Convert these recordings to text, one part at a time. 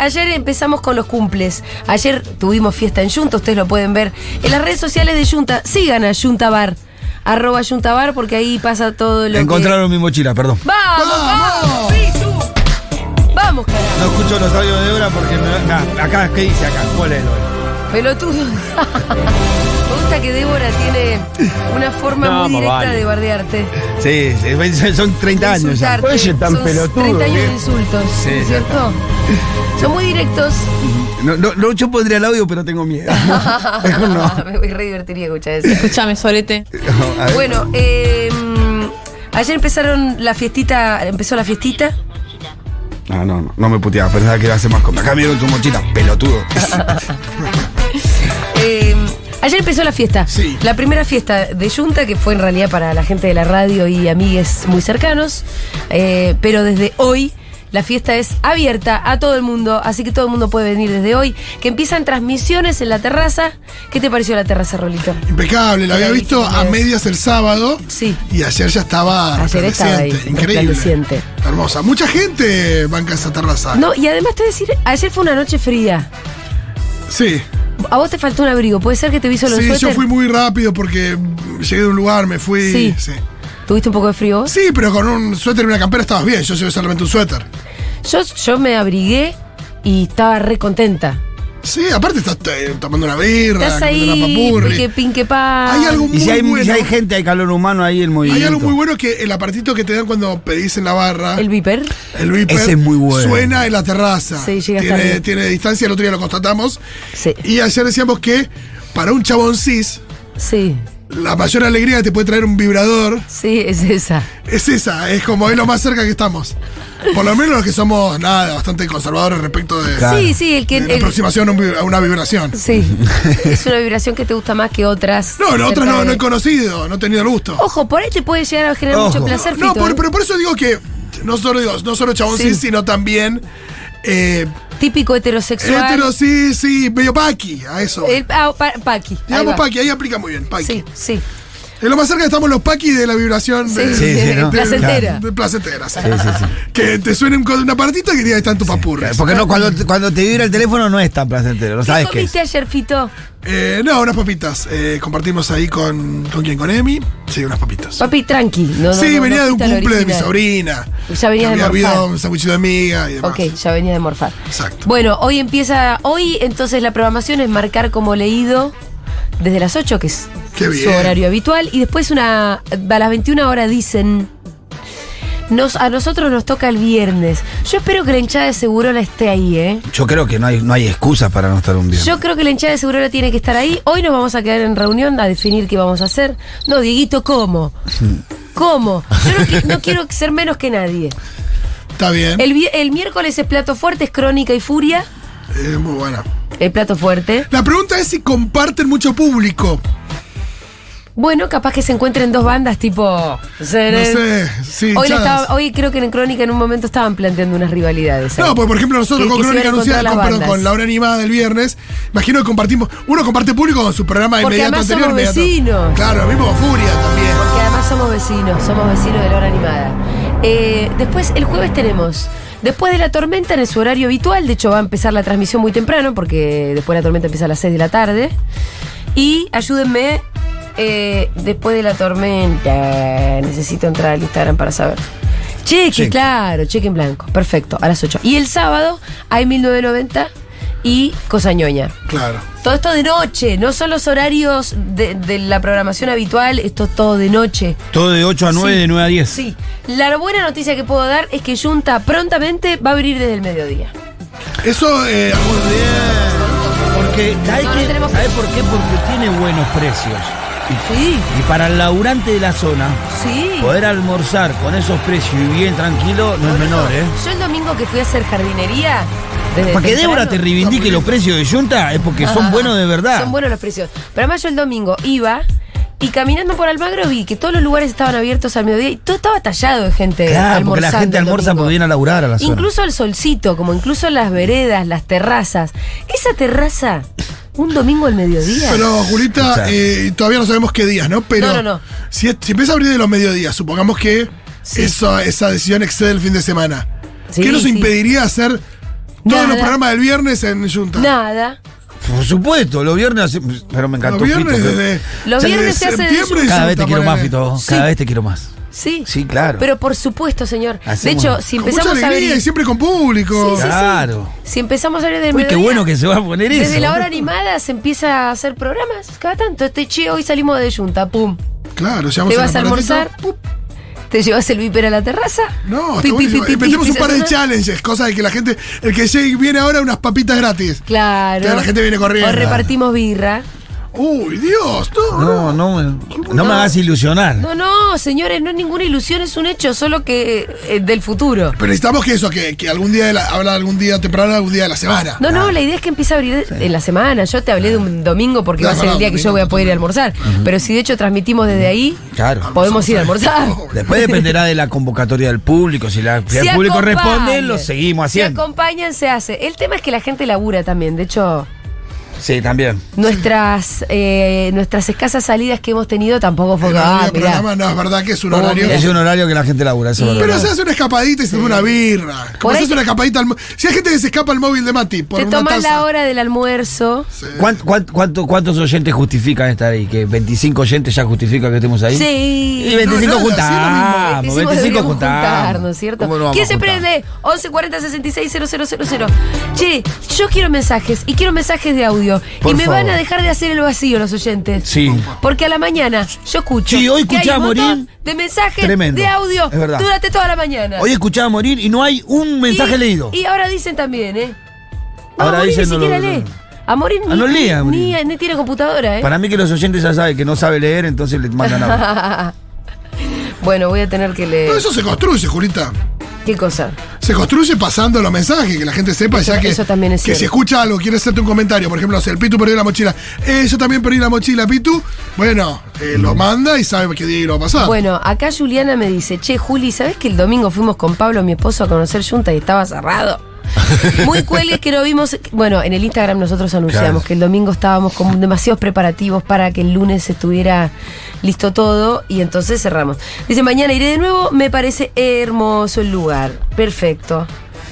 ayer empezamos con los cumples. Ayer tuvimos fiesta en Junta, ustedes lo pueden ver en las redes sociales de Junta. Sigan a Junta Bar, @JuntaBar, porque ahí pasa todo lo Encontraron mi mochila, perdón. ¡Vamos! ¡Pitu! ¡Vamos, carajo! No escucho los audios de Débora porque acá, ¿qué dice acá? ¿Cuál es? Pelotudo. Me gusta que Débora tiene una forma muy directa de bardearte. Sí, son 30 años ya. Oye, tan Son pelotudo. 30 años de insultos, Sí, ¿cierto? Son muy directos. No, yo pondría el audio, pero tengo miedo. Mejor no. Me voy a re divertiría escuchar eso. Escúchame, Sorete. A ver. Bueno, ayer empezó la fiestita. No me puteaba, pensaba que iba a ser más cómodo. Acá vieron tu mochila, pelotudo. Ayer empezó la fiesta. Sí. La primera fiesta de Junta, que fue en realidad para la gente de la radio y amigues muy cercanos. Pero desde hoy la fiesta es abierta a todo el mundo, así que todo el mundo puede venir desde hoy. Que empiezan transmisiones en la terraza. ¿Qué te pareció la terraza, Rolito? Impecable, la había visto a medias el sábado. Sí. Y ayer ya estaba resplandeciente. Increíble. Resplandeciente. Hermosa. Mucha gente banca esa terraza. No, y además te voy a decir, ayer fue una noche fría. Sí. A vos te faltó un abrigo, ¿puede ser que te vi solo el Sí, suéter? yo fui muy rápido porque llegué de un lugar, me fui. Sí. ¿Tuviste un poco de frío vos? Sí, pero con un suéter y una campera estabas bien. Yo llevé solamente un suéter. Yo me abrigué y estaba re contenta. Sí, aparte estás tomando una birra, Estás comiendo una ahí, papurri. pinque-pa. Hay algo muy Y si hay bueno. gente, hay calor humano ahí, el movimiento. Hay algo muy bueno que el apartito que te dan cuando pedís en la barra, ¿El viper? el beeper, Ese es muy bueno. suena en la terraza. Sí, llega a estar bien. Tiene distancia, el otro día lo constatamos. Sí. Y ayer decíamos que para un chabón cis, Sí, la mayor alegría que te puede traer un vibrador sí, es esa. es esa, es como es lo más cerca que estamos. Por lo menos los que somos bastante conservadores respecto de, Claro. Sí, el que... de la aproximación a una vibración. Sí, es una vibración que te gusta más que otras. No, otras cerca no de- he conocido, no he tenido el gusto. Ojo, por ahí te puede llegar a generar Ojo. mucho placer, No, Fito, ¿eh? pero por eso digo que no solo chabón Sí. cis, sino también Típico heterosexual. sí, medio paqui, a eso. Paqui. ahí Digamos va. paqui, ahí aplica muy bien, paqui. Sí, sí. Es lo más cerca que estamos los paquis de la vibración Sí, ¿no? placentera. de placentera. Sí. Sí. Que te suene con un aparatito que diga está en tu papurri. Porque no, cuando te vibra el teléfono no es tan placentero, ¿no ¿Qué sabes qué es? comiste ayer, Fito? No, unas papitas. Compartimos ahí con quién, con Emi. Sí, unas papitas. Papi, tranqui. Sí, venía de un fuiste al cumple de mi original. sobrina. Ya venías de Había habido morfar. un sanguchito de miga y demás. Ok, ya venía de morfar. Exacto. Bueno, hoy entonces la programación es marcar como leído desde las 8, que es Qué su bien. horario habitual, y después a las 21 horas dicen, a nosotros nos toca el viernes. Yo espero que la hinchada de Segurola esté ahí, ¿eh? Yo creo que no hay excusas para no estar un viernes. Yo creo que la hinchada de Segurola tiene que estar ahí. Hoy nos vamos a quedar en reunión a definir qué vamos a hacer. No, Dieguito, ¿cómo? ¿Cómo? Yo no quiero ser menos que nadie. Está bien. El miércoles es plato fuerte, es Crónica y Furia. Muy buena. El plato fuerte. La pregunta es si comparten mucho público. Bueno, capaz que se encuentren dos bandas tipo... No sé. Sí, hinchadas. Hoy creo que en Crónica en un momento estaban planteando unas rivalidades. No, pues por ejemplo nosotros Que con se Crónica hubieran Anunciada, encontrado las con bandas. la hora animada del viernes, imagino que compartimos, uno comparte público con su programa Porque inmediato además anterior. somos inmediato. vecinos. Claro, lo mismo con Furia también. Porque además somos vecinos de la hora animada. Después, el jueves tenemos... Después de la tormenta, en su horario habitual, de hecho va a empezar la transmisión muy temprano, porque después la tormenta empieza a las 6 de la tarde. Y ayúdenme, después de la tormenta, necesito entrar al Instagram para saber. Cheque, claro, cheque en blanco, perfecto, a las 8. Y el sábado hay 1990 y Cosa Ñoña. Claro. Todo esto de noche, no son los horarios de la programación habitual, esto es todo de noche. Todo de 8 a 9, Sí. de 9 a 10. Sí, la buena noticia que puedo dar es que Junta prontamente va a abrir desde el mediodía. Eso, Muy bien. Porque, ¿sabes No, no tenemos- por qué? Porque tiene buenos precios. Sí, Y para el laburante de la zona, sí. poder almorzar con esos precios y bien tranquilo no es menor, ¿eh? Yo el domingo que fui a hacer jardinería... desde Para que temprano- Débora te reivindique los precios de Junta es porque son buenos de verdad. Son buenos los precios. Pero además yo el domingo iba y caminando por Almagro vi que todos los lugares estaban abiertos al mediodía y todo estaba tallado de gente Claro, porque la almorzando gente el almuerza domingo. por ir a laburar a la zona. Incluso al solcito, como incluso las veredas, las terrazas. Esa terraza, un domingo al mediodía. pero Julita, Claro. todavía no sabemos qué días, ¿no? Pero No. Si empieza a abrir de los mediodías, supongamos que Sí. esa decisión excede el fin de semana. Sí, ¿Qué nos sí. impediría hacer Todos Nada. los programas del viernes en Junta. Nada. Por supuesto, los viernes, pero me encantó Los viernes Fito, que- desde Los viernes se hace de septiembre y Cada vez te Junta, quiero más, ponele. Fito. Sí. Cada vez te quiero más. Sí. Sí, claro. Pero por supuesto, señor. Hacemos- De hecho, si Con mucha empezamos a alegría abrir. y siempre con público. Sí, sí. Claro. Si empezamos a abrir del Uy, qué mediodía, bueno que se va a poner eso. desde la hora animada se empieza a hacer programas. Cada tanto. Che, hoy salimos de Junta. Pum. Claro, llevamos Te el vas a aparatito, almorzar. ¡pup! Te llevas el viper a la terraza. No, Pi, está pi, buenísimo. pi, pi, Metemos pi, un par de pi, challenges, cosas de que la gente, el que llegue viene ahora unas papitas gratis. Claro. Entonces la gente viene corriendo. O repartimos birra. Uy, Dios, No me hagas ilusionar. No, señores, no es ninguna ilusión, es un hecho, solo que del futuro. Pero necesitamos que eso, que algún día habla algún día temprano, algún día de la semana. No, la idea es que empiece a abrir en la semana. Yo te hablé de un domingo porque No, va a ser el no, día que yo voy a poder ir a almorzar. Pero si de hecho transmitimos desde ahí, Claro. podemos ir a almorzar. Después dependerá de la convocatoria del público. Si el Se público acompañan. responde, lo seguimos Si haciendo. acompañan, se hace. El tema es que la gente labura también. De hecho, Sí, también. nuestras escasas salidas que hemos tenido tampoco fue El que, horario del mirá. programa, no, es verdad que es un Oh, horario. mirá. Es un horario que la gente labura, eso es Y- verdad. Pero se hace una escapadita y se toma una birra. Por Como se ahí hace una escapadita si hay gente que se escapa al móvil de Mati por Te una tomás taza. la hora del almuerzo. Sí. ¿Cuántos oyentes justifican estar ahí? ¿Que 25 oyentes ya justifican que estemos ahí? Sí. Y 25 No, nada, juntamos. 25 25 deberíamos juntamos. juntarnos, ¿cierto? ¿Cómo no vamos ¿Quién a se juntar? prende? 11 40 66 000. Che, yo quiero mensajes y quiero mensajes de audio. Por y me van favor. a dejar de hacer el vacío los oyentes. Sí. Porque a la mañana yo escucho. Sí, hoy que hay escuché a un montón Morín. de mensajes Tremendo. de audio Es verdad. durante toda la mañana. Hoy escuchaba morir y no hay un mensaje Y- leído. Y ahora dicen también, ¿eh? No, Ahora Morín dicen ni no siquiera lo- lee. A Morín Ah, no lee, a Morín. ni tiene computadora, ¿eh? Para mí que los oyentes ya saben que no sabe leer, entonces le mandan audio. Bueno, voy a tener que leer. No, eso se construye, Julita. ¿Qué cosa? Se construye pasando los mensajes, que la gente sepa Eso- ya que, eso también es que cierto. si escucha algo, quiere hacerte un comentario, por ejemplo, no sé, el Pitu perdió la mochila. Yo también perdí la mochila, Pitu. Bueno, lo manda y sabe qué día lo va a pasar. Bueno, acá Juliana me dice, che, Juli, ¿sabés que el domingo fuimos con Pablo, mi esposo, a conocer Junta y estaba cerrado? Muy cuelgues que no vimos. Bueno, en el Instagram nosotros anunciamos Claro. que el domingo estábamos con demasiados preparativos para que el lunes estuviera listo todo y entonces cerramos. Dice, mañana iré de nuevo, me parece hermoso el lugar. Perfecto.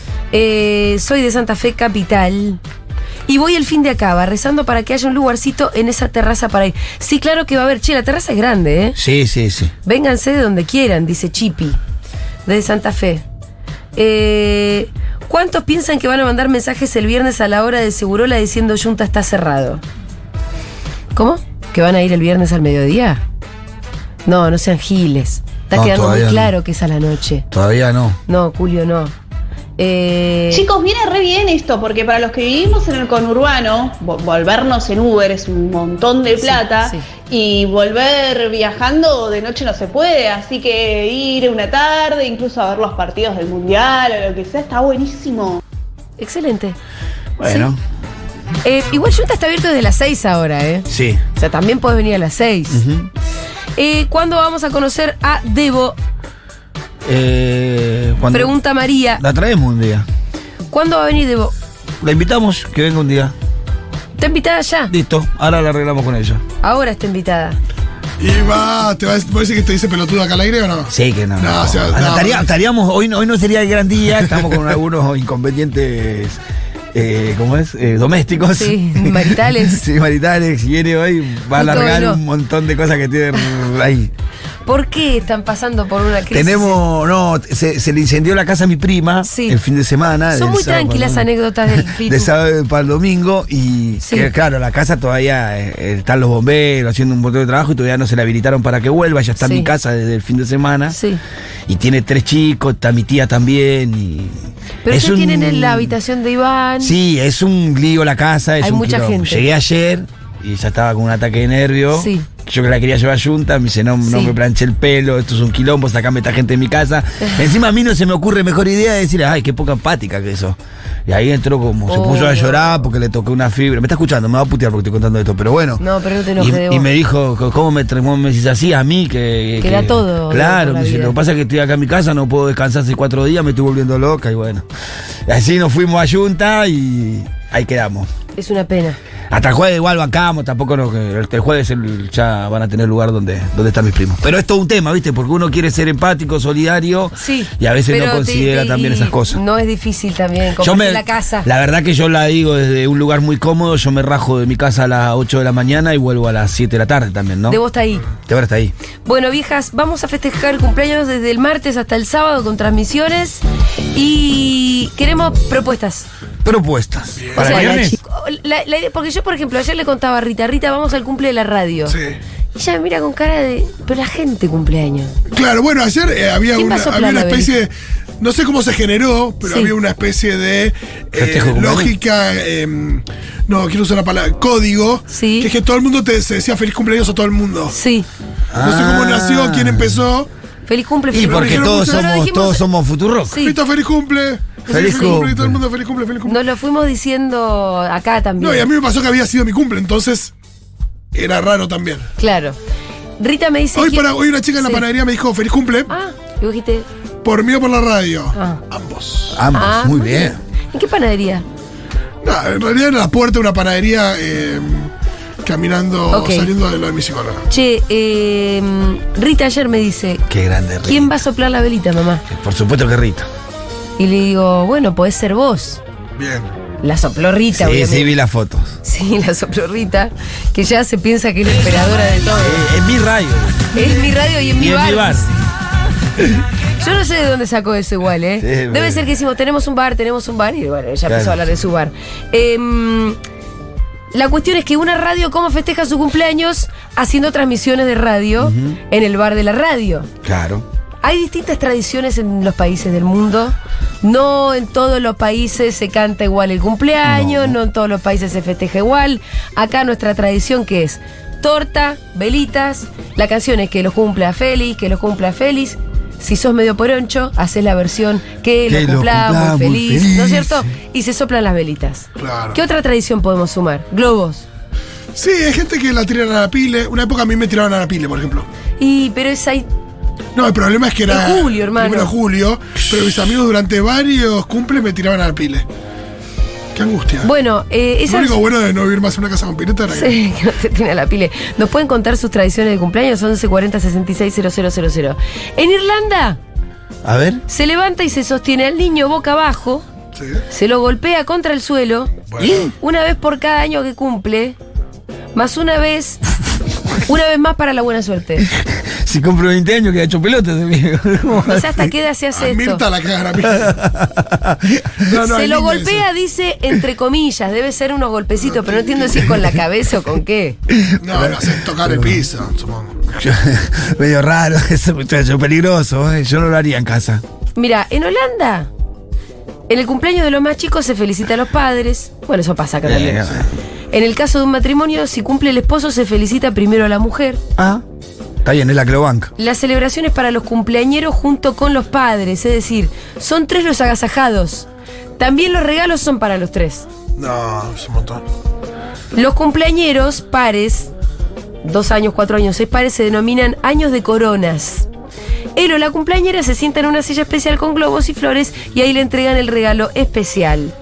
Soy de Santa Fe Capital. Y voy el fin de acá, rezando para que haya un lugarcito en esa terraza para ir. Sí, claro que va a haber. Che, la terraza es grande, ¿eh? Sí, sí, sí. Vénganse de donde quieran, dice Chipi, de Santa Fe. ¿Cuántos piensan que van a mandar mensajes el viernes a la hora de Segurola diciendo Junta está cerrado? ¿Cómo? ¿Que van a ir el viernes al mediodía? No sean giles. Está No, quedando muy todavía no. claro que es a la noche. Todavía no. No, Julio, no. Chicos, viene re bien esto, porque para los que vivimos en el conurbano, volvernos en Uber es un montón de Sí, plata, sí. y volver viajando de noche no se puede, así que ir una tarde, incluso a ver los partidos del Mundial o lo que sea, está buenísimo. Excelente. Bueno, Igual Junta está abierto desde las 6 ahora, ¿eh? sí. O sea, también puedes venir a las 6. Ujú. ¿Cuándo vamos a conocer a Debo? Cuando Pregunta María. la traemos un día. ¿Cuándo va a venir Debo? La invitamos, que venga un día. ¿Está invitada ya? Listo, ahora la arreglamos con ella. Ahora está invitada. Y ¿te va a decir que te dice pelotudo acá al aire o no? Sí, que no. No, o sea, Ah, no, estaríamos, hoy no sería el gran día, estamos con algunos inconvenientes, ¿cómo es? Domésticos. Sí, maritales. Sí, maritales. Si viene hoy, va a Justo alargar hoy no. un montón de cosas que tienen ahí. ¿Por qué están pasando por una crisis? Se le incendió la casa a mi prima Sí. el fin de semana. Son del muy sábado tranquilas para el domingo. anécdotas del Pitu. De sábado para el domingo y Sí. claro, la casa todavía están los bomberos haciendo un montón de trabajo y todavía no se la habilitaron para que vuelva, ya está Sí. en mi casa desde el fin de semana Sí. y tiene 3 chicos, está mi tía también y Pero es ustedes un- tienen en la habitación de Iván. Sí, es un lío la casa, es Hay un mucha quilombo. gente. Llegué ayer y ya estaba con un ataque de nervio. Sí. Yo que la quería llevar junta, me dice, no Sí. me planché el pelo, esto es un quilombo, sacame esta gente de mi casa. Encima a mí no se me ocurre mejor idea de decir, ay, qué poca empática que eso. Y ahí entró como, se puso a Oh. llorar porque le toqué una fibra. Me está escuchando, me va a putear porque estoy contando esto, pero bueno. No, pero no te enojes, Debo. Y me dijo, ¿cómo me decís así a mí? Que era todo, Claro, por la me dice, vida. lo que pasa es que estoy acá en mi casa, no puedo descansar hace 4 días, me estoy volviendo loca y bueno. Así nos fuimos a Junta y ahí quedamos. Es una pena. Hasta el jueves igual bancamos, tampoco el jueves ya van a tener lugar donde están mis primos. Pero es todo un tema, ¿viste? Porque uno quiere ser empático, solidario, sí, y a veces no considera también esas cosas. No es difícil también compartir la casa. La verdad que yo la digo desde un lugar muy cómodo, yo me rajo de mi casa a las 8 de la mañana y vuelvo a las 7 de la tarde también, ¿no? Debo estar ahí. Debo estar ahí. Bueno, viejas, vamos a festejar el cumpleaños desde el martes hasta el sábado con transmisiones y queremos propuestas. Propuestas. O ¿Para sea, el viernes? la idea, porque yo, por ejemplo, ayer le contaba a Rita, vamos al cumple de la radio. Sí. Y ella me mira con cara de, pero la gente cumpleaños. Claro, bueno, ayer había ¿Quién va a soplar una la especie de, no sé cómo se generó, pero Sí. había una especie de Festejo lógica, no, quiero usar la palabra, código, Sí. que es que todo el mundo se decía feliz cumpleaños a todo el mundo. Sí. No sé cómo nació, quién empezó. Feliz cumple, Y feliz porque cumple. dijeron todos mucho, No, todos somos Futurock. Sí. Fito, feliz cumple. Feliz cumple. Y todo el mundo feliz cumple, feliz cumple. Nos lo fuimos diciendo acá también. No, y a mí me pasó que había sido mi cumple, entonces era raro también. Claro. Rita me dice. Hoy una chica en la Sí. panadería me dijo feliz cumple, Ah, y vos dijiste. por mí o por la radio. Ah. Ambos. Ambos, Ah, muy bien. ¿En qué panadería? No, en realidad en la puerta de una panadería caminando, Ok. saliendo de lo de mi psicóloga. Che, Rita ayer me dice. Qué grande Rita. ¿Quién va a soplar la velita, mamá? Por supuesto que Rita. Y le digo, bueno, podés ser vos. Bien. La sopló Rita, Sí, obviamente. sí, vi las fotos. Sí, la sopló Rita, que ya se piensa que es la esperadora de todo. Es mi radio. Es mi radio y en mi Y en bar. mi bar. Yo no sé de dónde sacó eso igual, ¿eh? Sí, Debe bueno. ser que decimos, tenemos un bar, y bueno, ella Claro. empezó a hablar de su bar. La cuestión es que una radio, ¿cómo festeja su cumpleaños? Haciendo transmisiones de radio en el bar de la radio. Claro. Hay distintas tradiciones en los países del mundo. No en todos los países se canta igual el cumpleaños, no en todos los países se festeja igual. Acá nuestra tradición, ¿qué es? Torta, velitas, la canción es que lo cumpla feliz, que lo cumpla feliz. Si sos medio poroncho, haces la versión que lo cumpla muy feliz, ¿no es cierto? Y se soplan las velitas. Claro. ¿Qué otra tradición podemos sumar? Globos. Sí, hay gente que la tiran a la pile. Una época a mí me tiraban a la pile, por ejemplo. Pero es ahí. No, el problema es que era. En julio, hermano. 1 de julio, pero mis amigos durante varios cumples me tiraban a la pile. Qué angustia. Bueno, Lo esas. único bueno de no vivir más en una casa con pileta era que. Sí, que no te tiene a la pile. ¿Nos pueden contar sus tradiciones de cumpleaños? 1140 66 000. En Irlanda A ver. se levanta y se sostiene al niño boca abajo, Sí. se lo golpea contra el suelo, Bueno. una vez por cada año que cumple, más una vez más para la buena suerte. Si compro 20 años queda hecho pelotas, amigo. No sé hasta qué edad se hace A esto. Mirta la cagan a mí. No, no, Se hay lo niños golpea, dice, entre comillas, debe ser unos golpecitos, pero no entiendo si es con la cabeza o con qué. No, no hacen tocar el piso, supongo. Medio raro, ese muchacho, peligroso, ¿eh? Yo no lo haría en casa. Mira, en Holanda, en el cumpleaños de los más chicos se felicita a los padres. Bueno, eso pasa acá también. En el caso de un matrimonio, si cumple el esposo, se felicita primero a la mujer. Ah, está bien, es la que lo banca. Las celebraciones para los cumpleañeros junto con los padres, es decir, son 3 los agasajados. También los regalos son para los 3. No, es un montón. Los cumpleañeros pares, 2 años, 4 años, 6 pares, se denominan años de coronas. Él o la cumpleañera se sienta en una silla especial con globos y flores y ahí le entregan el regalo especial.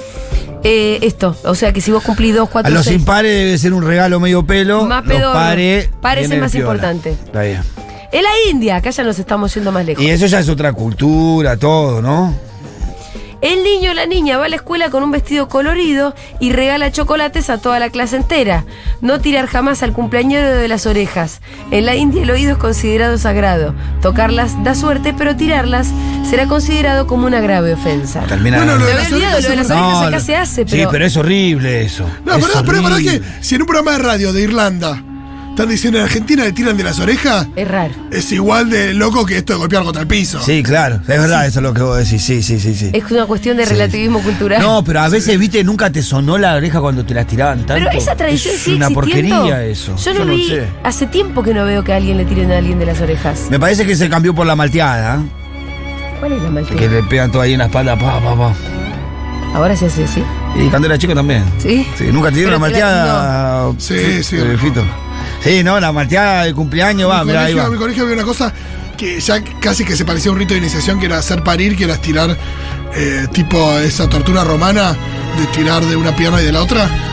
O sea que si vos cumplís 2, 4, A los 6... impares debe ser un regalo medio pelo. Más los pedorro. pares. Pares es vienen más piola. importante. Está bien. En la India, acá ya nos estamos yendo más lejos. Y eso ya es otra cultura, todo, ¿no? El niño o la niña va a la escuela con un vestido colorido y regala chocolates a toda la clase entera. No tirar jamás al cumpleañero de las orejas. En la India el oído es considerado sagrado. Tocarlas da suerte, pero tirarlas será considerado como una grave ofensa. Termina. Bueno, lo Me de había las olvidado, lo de las orejas orejas No, acá no. se hace, Sí, pero... pero es horrible eso. No, Es pero es horrible. que si en un programa de radio de Irlanda están diciendo en Argentina le tiran de las orejas, Es raro. es igual de loco que esto de golpear contra el piso. Sí, claro, es verdad, eso es lo que vos decís. Sí. Es una cuestión de relativismo cultural. No, pero a veces, viste, nunca te sonó la oreja cuando te las tiraban tanto. Pero esa tradición es sigue una existiendo. porquería eso. Yo no vi, sé. hace tiempo que no veo que a alguien le tiren a alguien de las orejas. Me parece que se cambió por la malteada, ¿eh? ¿Cuál es la Que malteada? le pegan todo ahí en la espalda, pa. Ahora se hace así. Y cuando era chico también. ¿Sí? Sí, nunca te dieron Pero una malteada. Sí, sí. Fito. Sí, no, la malteada de cumpleaños va, mirá, ahí va. En mi colegio había una cosa que ya casi que se parecía a un rito de iniciación, que era hacer parir, que era estirar tipo esa tortura romana de tirar de una pierna y de la otra.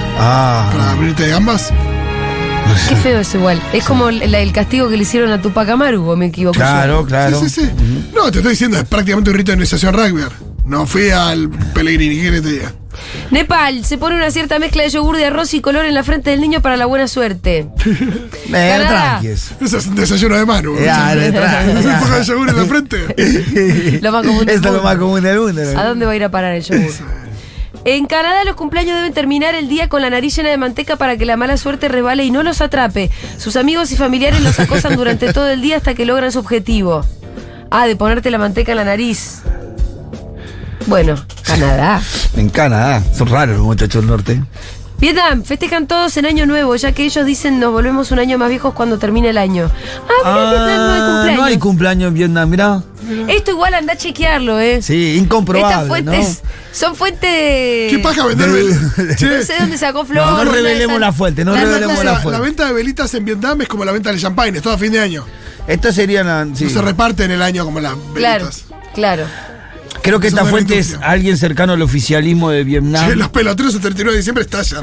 Para abrirte de gambas. Qué feo es igual. Es como el castigo que le hicieron a Tupac Amaru, o me equivoco. Claro, yo. claro. Sí. No, te estoy diciendo, es prácticamente un rito de iniciación rugby. No fui al Pellegrini, ¿qué querés que te diga? Nepal, se pone una cierta mezcla de yogur de arroz y color en la frente del niño para la buena suerte. Canadá. Tranquies. Eso es un desayuno de mano. Ya, tranqui. Un poco de yogur en la frente. Lo más común del Esto es lo mundo. más común del mundo. ¿A dónde va a ir a parar el yogur? En Canadá los cumpleaños deben terminar el día con la nariz llena de manteca para que la mala suerte resbale y no los atrape. Sus amigos y familiares los acosan durante todo el día hasta que logran su objetivo. De ponerte la manteca en la nariz. Bueno, Canadá. En Canadá. Son raros los muchachos del norte. Vietnam, festejan todos en Año Nuevo, ya que ellos dicen nos volvemos un año más viejos cuando termine el año. Mira, en Vietnam no hay cumpleaños. No hay cumpleaños en Vietnam, mirá. Esto igual anda a chequearlo, Sí, incomprobable. Estas fuentes son fuentes. ¿Qué paja vender velitas? No sé dónde sacó Flor. No revelemos la fuente, no revelemos la La fuente. venta de velitas en Vietnam es como la venta de champagne, es todo a fin de año. Esto serían. Sí. No se reparte en el año como las velitas. Claro. Creo que Eso esta fue la fuente es industria. alguien cercano al oficialismo de Vietnam. Che, los peloteros el 39 de diciembre estallan.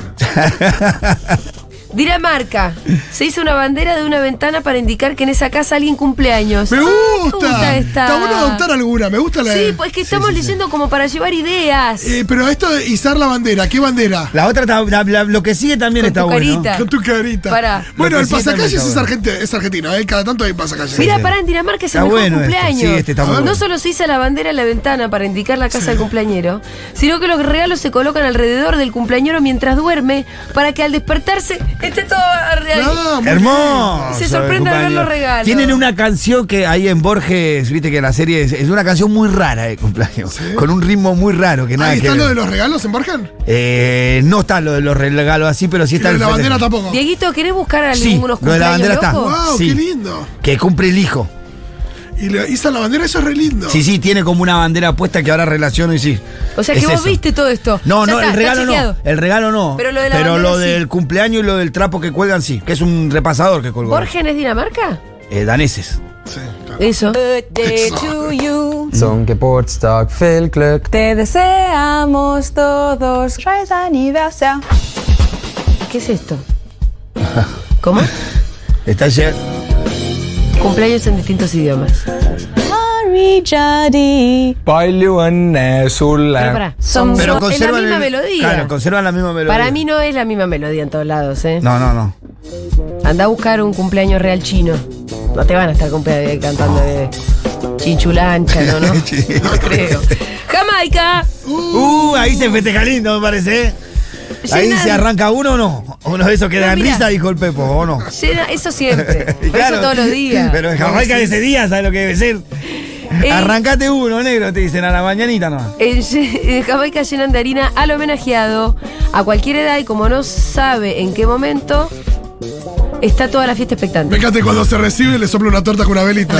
Dinamarca. Se hizo una bandera de una ventana para indicar que en esa casa alguien cumple años. ¡Me gusta! esta. Está bueno adoptar alguna, me gusta la Sí, pues que estamos leyendo como para llevar ideas. pero esto de izar la bandera, ¿qué bandera? La otra, lo que sigue también Con está tu bueno. carita. Con tu carita. Pará. Bueno, Lo que el sí pasacalles también está es argentino, cada tanto hay pasacalles. Mira, pará, en Dinamarca es el Está mejor bueno este. cumpleaños. Sí, este está muy No bueno. solo se iza la bandera en la ventana para indicar la casa del cumpleañero, sino que los regalos se colocan alrededor del cumpleañero mientras duerme para que al despertarse esté todo real. Ah, muy Hermoso. Se sorprende al ver los regalos. Tienen una canción que hay en Borges, viste que la serie es una canción muy rara de cumpleaños. Con un ritmo muy raro que bien. nada ¿Ahí que está lo de ver. los regalos en Borgen? No está lo de los regalos así, pero sí Y está lo de el la bandera festejo. tampoco. Dieguito, ¿querés buscar Sí, algunos lo de la cumpleaños bandera está. locos? Wow, Sí. qué lindo. Que cumple el hijo. Y le izan la bandera, eso es re lindo. Sí, tiene como una bandera puesta que ahora relaciono y sí. O sea que Es vos eso. viste todo esto. No, Ya no, está, el regalo está chequeado. no. El regalo no. Pero lo de la bandera sí. del cumpleaños y lo del trapo que cuelgan sí. Que es un repasador que colgó. ¿Borgen es Dinamarca? Daneses. Sí, claro. Eso. Birthday to you. Som Geburtstag, viel Glück. Te deseamos todos feliz aniversario. ¿Qué es esto? ¿Cómo? Está llegando. Cumpleaños en distintos idiomas. Harry Jadi. Palju solen. Pero pará. Son- Pero es la conservan misma melodía. Claro, conservan la misma melodía. Para mí no es la misma melodía en todos lados, ¿eh? No. Anda a buscar un cumpleaños real chino. No te van a estar cantando de chinchulancha, ¿no? No creo. Jamaica. Ahí se festeja lindo, me parece. Ahí Llenan- se arranca uno o no. Uno de esos que No, dan mira. risa, dijo el Pepo, ¿o no? Eso siempre. Por Claro. eso todos los días. Pero en Jamaica de ese día, ¿sabes lo que debe ser? Arrancate uno, negro, te dicen a la mañanita nomás. En Jamaica llenan de harina al homenajeado a cualquier edad y como no sabe en qué momento, está toda la fiesta Me expectante. encanta cuando se recibe le sopla una torta con una velita.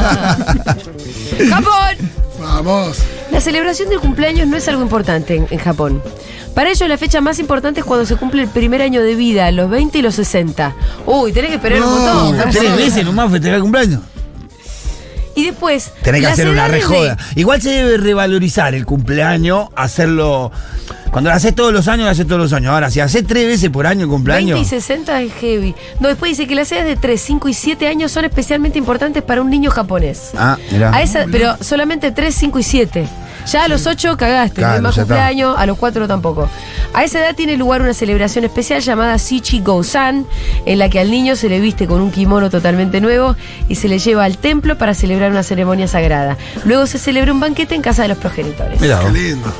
¡Japón! Vamos. La celebración del cumpleaños no es algo importante en Japón. Para ellos la fecha más importante es cuando se cumple el primer año de vida, los 20 y los 60. Uy, tenés que esperar un No, montón. no, 3 veces nomás festejar el cumpleaños. Y después. Tenés que las hacer una edades rejoda. de- Igual se debe revalorizar el cumpleaños, hacerlo. Cuando lo haces todos los años, lo haces todos los años. Ahora, si haces 3 veces por año el 20 cumpleaños. y 60 es heavy. No, después dice que las edades de 3, 5 y 7 años son especialmente importantes para un niño japonés. Mirá. Pero solamente 3, 5 y 7. Ya a los 8 cagaste, Claro, no hay más ya está. cumpleaños, a los 4 tampoco. A esa edad tiene lugar una celebración especial llamada Shichi Go-san, en la que al niño se le viste con un kimono totalmente nuevo y se le lleva al templo para celebrar una ceremonia sagrada. Luego se celebra un banquete en casa de los progenitores. Mirá Qué vos. lindo.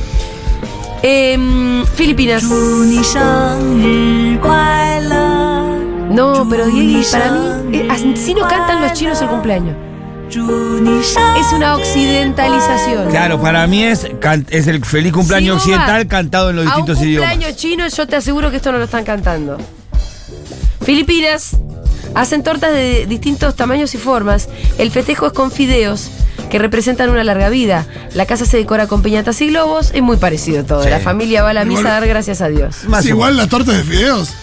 Filipinas. No, pero Diego, para mí, así no cantan los chinos el cumpleaños. Es una occidentalización. Claro, para mí es el feliz cumpleaños Si vos occidental vas cantado en los a un distintos idiomas. cumpleaños chino, yo te aseguro que esto no lo están cantando. Filipinas hacen tortas de distintos tamaños y formas. El festejo es con fideos que representan una larga vida. La casa se decora con piñatas y globos. Es muy parecido todo. Sí. La familia va a la misa a dar gracias a Dios. Más ¿Es o igual la torta de fideos?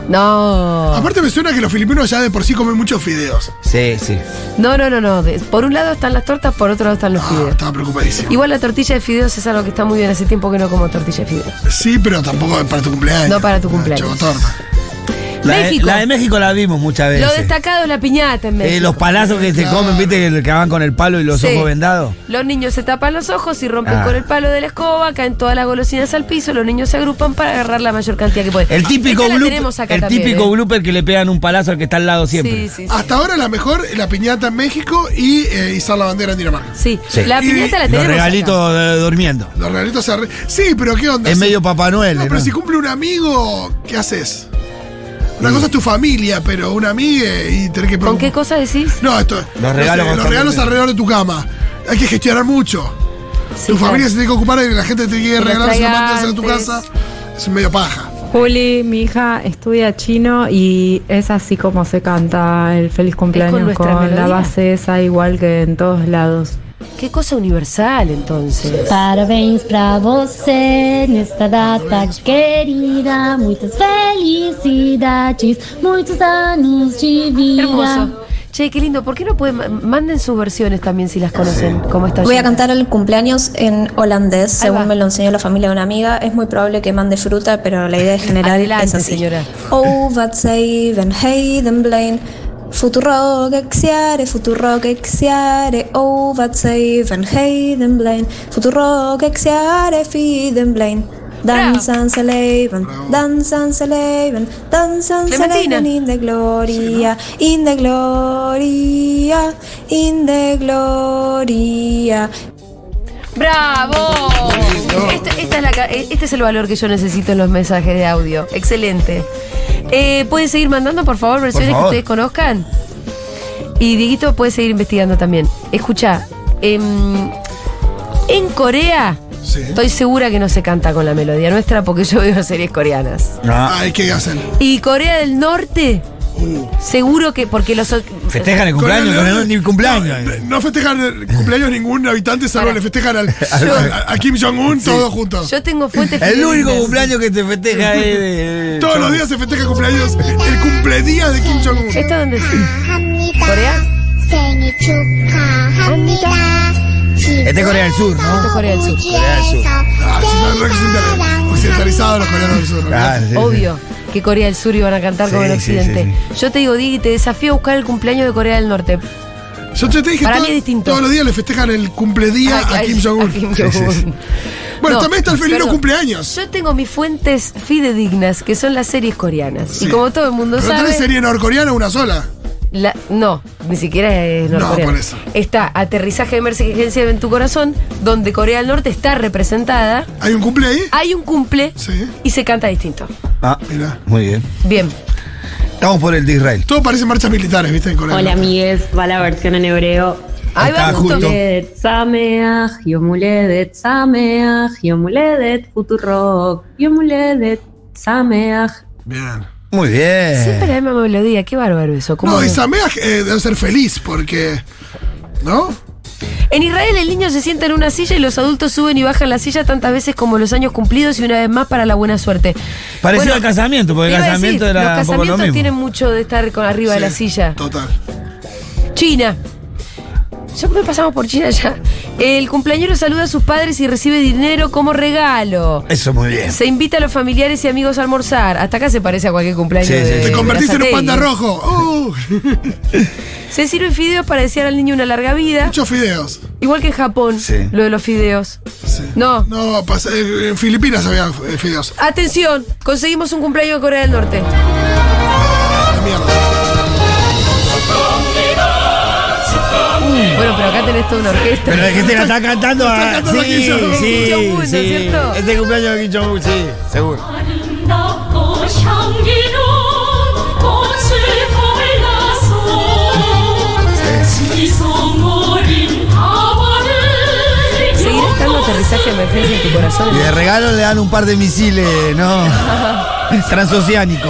No. Aparte me suena que los filipinos ya de por sí comen muchos fideos. Sí, sí. No. Por un lado están las tortas, por otro lado están los fideos. Estaba preocupadísimo. Igual la tortilla de fideos es algo que está muy bien. Hace tiempo que no como tortilla de fideos. Sí, pero tampoco para tu cumpleaños. No para tu cumpleaños. Chocotorta. México. La de México la vimos muchas veces. Lo destacado es la piñata en México. Los palazos que se comen, viste, que van con el palo y los Sí. ojos vendados. Los niños se tapan los ojos y rompen con el palo de la escoba, caen todas las golosinas al piso, los niños se agrupan para agarrar la mayor cantidad que pueden. El típico Esta la blooper, tenemos acá el también, típico blooper que le pegan un palazo al que está al lado siempre. Sí. Hasta ahora la mejor, la piñata en México y izar la bandera en Dinamarca. Sí. Sí. La piñata la Los tenemos regalitos durmiendo. Los regalitos se Sí, pero ¿qué onda? Es medio Papá Noel, No, ¿no? pero si cumple un amigo, ¿qué haces? Una cosa es tu familia, pero una amiga y tener que... acá. ¿Con qué cosa decís? No, esto... Los regalos los regalos alrededor de tu cama. Hay que gestionar mucho. Sí, Tu claro. familia se tiene que ocupar de que la gente te quiere Que los regalar sus traiga amantes en tu antes. casa. Es medio paja. Juli, mi hija, estudia chino y es así como se canta el feliz cumpleaños nuestra con melodía? la base esa igual que en todos lados. Qué cosa universal, entonces. Parabéns pra você nesta data querida. Muitas felicidades, muitos anos de vida. Hermoso. Che, qué lindo. ¿Por qué no pueden? Manden sus versiones también si las conocen. Como esta Voy a oyente. cantar el cumpleaños en holandés, Ahí va. según me lo enseñó la familia de una amiga. Es muy probable que mande fruta, pero la idea general Adelante, es así. señora. Oh, wat zeven heden blain. Futuro gexiare, oh, wat zeven heden blain. Futuro gexiare, fiden blain. Dansen ze leven, dansen ze leven, dansen ze Clementina. leven in de gloria, in de gloria, in de gloria. ¡Bravo! Este es el valor que yo necesito en los mensajes de audio. Excelente. ¿Pueden seguir mandando, por favor, versiones favor. que ustedes conozcan? Y Dieguito puede seguir investigando también. Escucha, en Corea Sí. estoy segura que no se canta con la melodía nuestra porque yo veo series coreanas. No. Ay, ¿qué hacen? Y Corea del Norte, seguro que porque los... Festejan el cumpleaños, Corea del no, Norte- ni cumpleaños. No festejan el cumpleaños ningún habitante, salvo Para. le festejan a Kim Jong-un todos juntos. Yo tengo fuentes El único fidedignas. cumpleaños que te festeja es de... Todos los días se festeja el cumpleaños, el cumpledía de Kim Jong-un. ¿Esto dónde es? ¿Corea? Este es Corea del Sur, Esto es ¿no? Corea del Sur. Corea del Sur. Ah, sí, son occidentalizados los coreanos del sur, ¿no? Ah, sí, sí. Obvio que Corea del Sur iban a cantar como Sí, en sí, Occidente. sí, Yo te digo, Diggy, te desafío a buscar el cumpleaños de Corea del Norte. Yo te dije, Para mí es distinto. todos los días le festejan el cumpledía a Kim A Jong-un. Kim Jong-un. Bueno, No, también está el feliz perdón. cumpleaños. Yo tengo mis fuentes fidedignas, que son las series coreanas. Sí. Y como todo el mundo Pero sabe... tenés serie norcoreana una sola. No, ni siquiera es norcoreana. por eso. Está Aterrizaje de Emergencia en tu Corazón, donde Corea del Norte está representada. ¿Hay un cumple ahí? Hay un cumple Sí. y se canta distinto. Ah, Mira. muy bien. Bien. Estamos por el de Israel. Todo parece marchas militares, ¿viste? En Corea. Hola amigues, va la versión en hebreo. Ahí va Está justo. justo. Yomuledet Sameach, Yomuledet Sameach, Yomuledet Futurock, Yomuledet Sameach. Bien. Muy bien. Siempre la misma melodía, qué bárbaro eso. ¿Cómo No, no? y Sameach debe ser feliz porque. ¿No? En Israel el niño se sienta en una silla y los adultos suben y bajan la silla tantas veces como los años cumplidos y una vez más para la buena suerte. Parecido Bueno, al casamiento, porque el te iba a casamiento decir, era los un poco lo casamientos mismo. tienen mucho de estar con arriba de Sí, la silla. Total. China. Ya me pasamos por China ya. El cumpleañero saluda a sus padres y recibe dinero como regalo. Eso muy bien. Se invita a los familiares y amigos a almorzar. Hasta acá se parece a cualquier cumpleaños. Sí, sí, de sí. Te convertiste en un Berazategui. panda rojo. Se sirven fideos para desear al niño una larga vida. Muchos fideos. Igual que en Japón, Sí. lo de los fideos. Sí. No. No, en Filipinas había fideos. Atención, conseguimos un cumpleaños de Corea del Norte. La mierda. Bueno, pero acá tenés toda una orquesta. Pero es que te la está cantando Está a... cantando Sí, Kim Jong-un. sí, Kim Jong-un, ¿no es sí. cierto? Es el cumpleaños de Kim Jong-un, sí, seguro. Seguirá estando aterrizaje de emergencia en tu corazón. Y de regalo le dan un par de misiles, ¿no? Transoceánicos.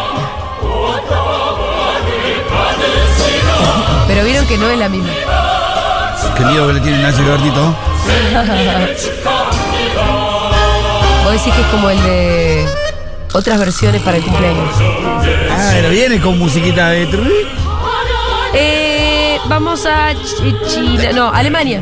Pero vieron que no es la misma. Qué lío que le tiene Nacho Robertito. Vos decís que es como el de otras versiones para el cumpleaños. Ah, pero viene con musiquita de... Vamos a China, no, Alemania.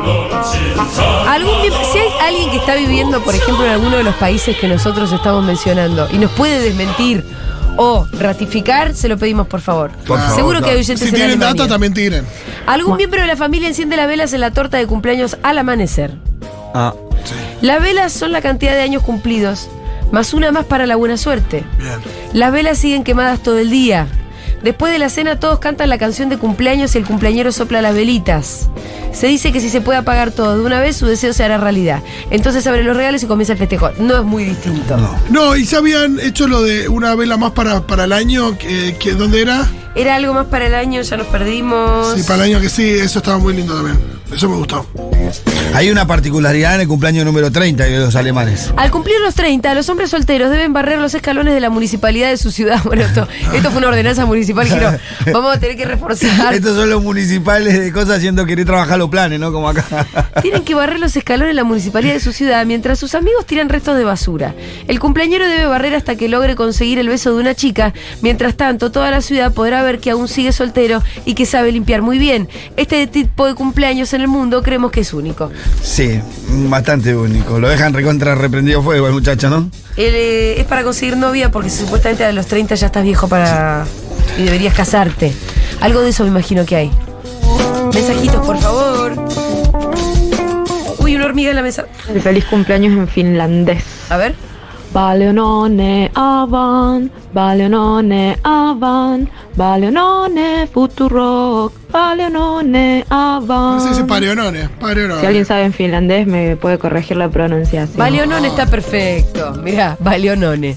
Si hay alguien que está viviendo, por ejemplo, en alguno de los países que nosotros estamos mencionando y nos puede desmentir o ratificar, se lo pedimos por favor. Seguro que hay oyentes Si en tienen Alemania. data, también tiren. Algún miembro de la familia enciende las velas en la torta de cumpleaños al amanecer. Ah, Las velas son la cantidad de años cumplidos, más una más para la buena suerte. Bien. Las velas siguen quemadas todo el día. Después de la cena todos cantan la canción de cumpleaños y el cumpleañero sopla las velitas. Se dice que si se puede apagar todo de una vez, su deseo se hará realidad. Entonces abre los regalos y comienza el festejo. No es muy distinto. No, y ya habían hecho lo de una vela más para el año. ¿Dónde era? Era algo más para el año, ya nos perdimos. Sí, para el año que sí, eso estaba muy lindo también. Eso me gustó. hay una particularidad en el cumpleaños número 30 de los alemanes. Al cumplir los 30, los hombres solteros deben barrer los escalones de la municipalidad de su ciudad. Bueno, esto fue una ordenanza municipal que no, vamos a tener que reforzar. Estos son los municipales de cosas haciendo querer trabajar los planes, ¿no? Como acá. Tienen que barrer los escalones de la municipalidad de su ciudad mientras sus amigos tiran restos de basura. El cumpleañero debe barrer hasta que logre conseguir el beso de una chica. Mientras tanto, toda la ciudad podrá ver que aún sigue soltero y que sabe limpiar muy bien. Este tipo de cumpleaños en el mundo creemos que es único. Sí, bastante único. Lo dejan recontra reprendido fuego el muchacho, ¿no? Es para conseguir novia porque supuestamente a los 30 ya estás viejo y deberías casarte. Algo de eso me imagino que hay. Mensajitos, por favor. Uy, una hormiga en la mesa. El feliz cumpleaños en finlandés. A ver. Balionone avan, balionone avan, balionone futurok, balionone avan. No se dice pareonone. Si alguien sabe en finlandés me puede corregir la pronunciación. Balionone está perfecto. Mirá, Balionone.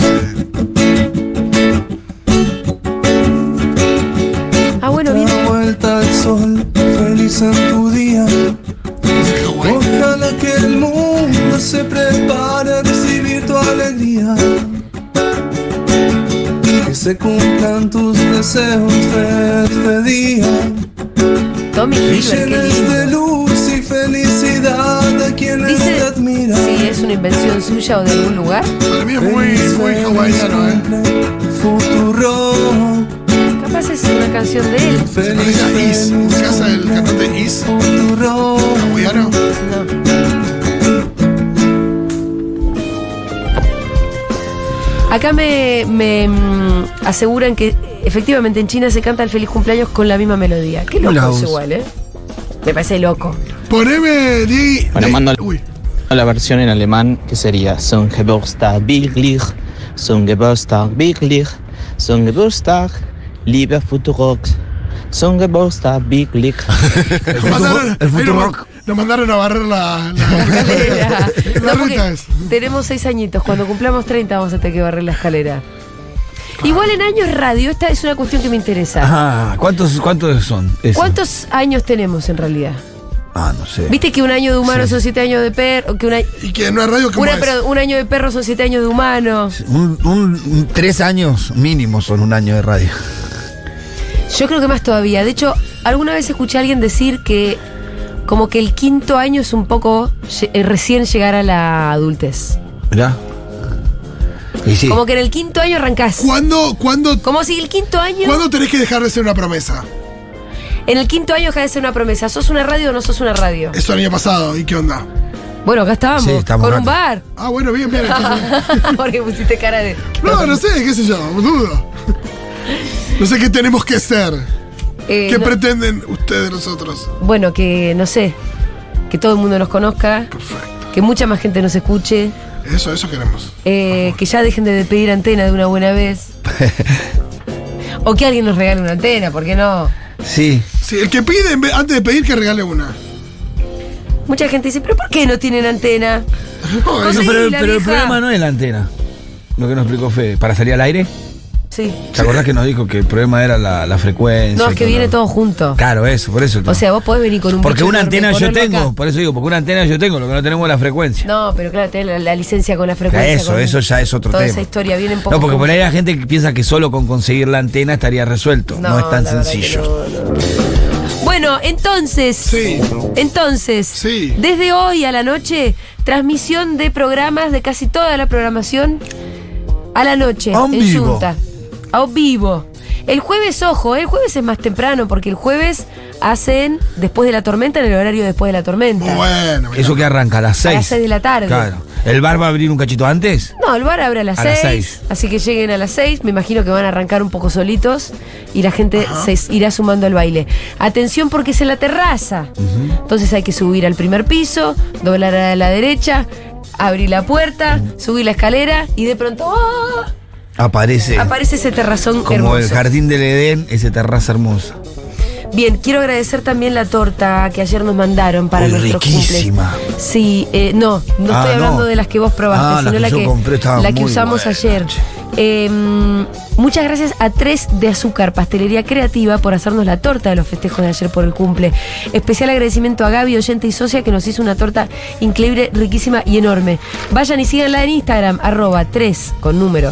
Ah, bueno, bien. Vuelta al sol, feliz en tu día. Ojalá que el mundo se prepare a recibir tu alegría. Que se cumplan tus deseos de este día. Tommy Hilfiger, qué Llenes de lindo. luz y felicidad a quienes te admiran. Si es una invención suya o de algún lugar. Para mí es muy hawaiano, Futuro. Capaz es una canción de él. Se parece a Is, en casa del cantante Is. ¿Hawaiano? No. Acá me aseguran que efectivamente en China se canta el feliz cumpleaños con la misma melodía. Qué loco es igual, ¿eh? Me parece loco. Poneme, Diego. Bueno, mando la versión en alemán que sería Zum Geburtstag wirklich, zum Geburtstag wirklich, zum Geburtstag, lieber Futurok, zum Geburtstag wirklich. El Futurock. Nos mandaron a barrer la escalera. No, porque ruta es. tenemos 6 añitos. Cuando cumplamos 30 vamos a tener que barrer la escalera. Igual en años radio, esta es una cuestión que me interesa. Ajá. ¿Cuántos son? Eso. ¿Cuántos años tenemos en realidad? Ah, no sé. ¿Viste que un año de humano son 7 años de perro? Y que no es radio, ¿cómo es? Pero un año de perro son 7 años de humano. 3 años mínimo son un año de radio. Yo creo que más todavía. De hecho, alguna vez escuché a alguien decir que como que el 5.º año es un poco recién llegar a la adultez. ¿Verdad? Y sí. Como que en el 5.º año arrancás. ¿Cuándo? Como si el 5.º año... ¿Cuándo tenés que dejar de ser una promesa? En el 5.º año deja de ser una promesa. ¿Sos una radio o no sos una radio? Eso el año pasado, ¿y qué onda? Bueno, acá estábamos. Sí, estamos con acá. un bar. Ah, bueno, bien. Porque pusiste cara de... No sé, qué sé yo, dudo. No sé qué tenemos que ser. ¿Qué pretenden ustedes de nosotros? Bueno, que no sé, que todo el mundo nos conozca. Perfecto. Que mucha más gente nos escuche. Eso queremos. Que ya dejen de pedir antena de una buena vez. O que alguien nos regale una antena, ¿por qué no? Sí. Sí, el que pide, antes de pedir, que regale una. Mucha gente dice, ¿pero por qué no tienen antena? No, pero el problema no es la antena. Lo que nos explicó Fede. ¿Para salir al aire? Sí. ¿Te acordás que nos dijo que el problema era la frecuencia? No, es que viene todo junto. Claro, por eso. O sea, vos podés venir con un porque bicho una enorme, antena yo ponerlo tengo, acá. por eso digo, porque una antena yo tengo, lo que no tenemos es la frecuencia. No, pero claro, tenés la licencia con la frecuencia. Eso ya es otro toda tema. Esa historia viene un poco. No, porque por ahí junto. la gente que piensa que solo con conseguir la antena estaría resuelto. No es tan la verdad sencillo. que no. Bueno, entonces. Sí. Desde hoy a la noche, transmisión de programas de casi toda la programación a la noche, A un en vivo. Junta. A un vivo. El jueves, ojo, el jueves es más temprano porque el jueves hacen después de la tormenta en el horario después de la tormenta. Bueno, mirá. Eso que arranca a las 6. A las 6 de la tarde. Claro. ¿El bar va a abrir un cachito antes? No, el bar abre a las A las 6, 6. así que lleguen a las 6. Me imagino que van a arrancar un poco solitos y la gente se irá sumando al baile. Atención porque es en la terraza. Entonces hay que subir al primer piso, doblar a la derecha, abrir la puerta, subir la escalera y de pronto ¡oh! Aparece aparece ese terrazón como hermoso. el jardín del Edén, esa terraza hermosa. Bien, quiero agradecer también la torta que ayer nos mandaron para Uy, nuestros riquísima. cumples. Sí, no estoy Ah, hablando no. de las que vos probaste, Ah, sino la la que yo compré estaba la que muy usamos buena, ayer. che. Muchas gracias a 3 de Azúcar, Pastelería Creativa, por hacernos la torta de los festejos de ayer por el cumple. Especial agradecimiento a Gaby, oyente y socia, que nos hizo una torta increíble, riquísima y enorme. Vayan y síganla en Instagram, @3 con número,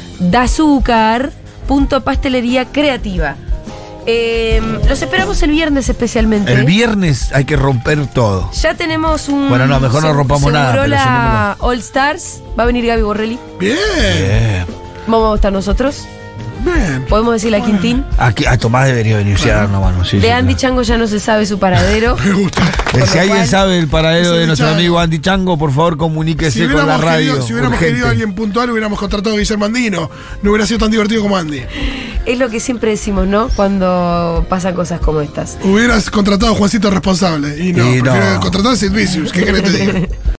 dazúcar.pastelería creativa. Los esperamos el viernes especialmente. El viernes hay que romper todo. Ya tenemos un. Bueno, no, mejor no rompamos nada, pero la All Stars. Va a venir Gaby Borrelli. Bien. Vamos a estar nosotros. Bien. Podemos decirle a Quintín. Aquí, a Tomás debería venir ya, no, bueno, sí, De sí, Andy claro. Chango ya no se sabe su paradero. Me gusta. Por Si lo alguien cual- sabe el paradero Ese de Andy nuestro Chango. amigo Andy Chango, por favor comuníquese con la radio. Si hubiéramos urgente. querido a alguien puntual, hubiéramos contratado a Guillermo Andino. No hubiera sido tan divertido como Andy. Es lo que siempre decimos, ¿no? Cuando pasan cosas como estas. Hubieras contratado a Juancito responsable. Y no, Y no. prefiero contratar a Sid Vicious. ¿Qué querés que te diga?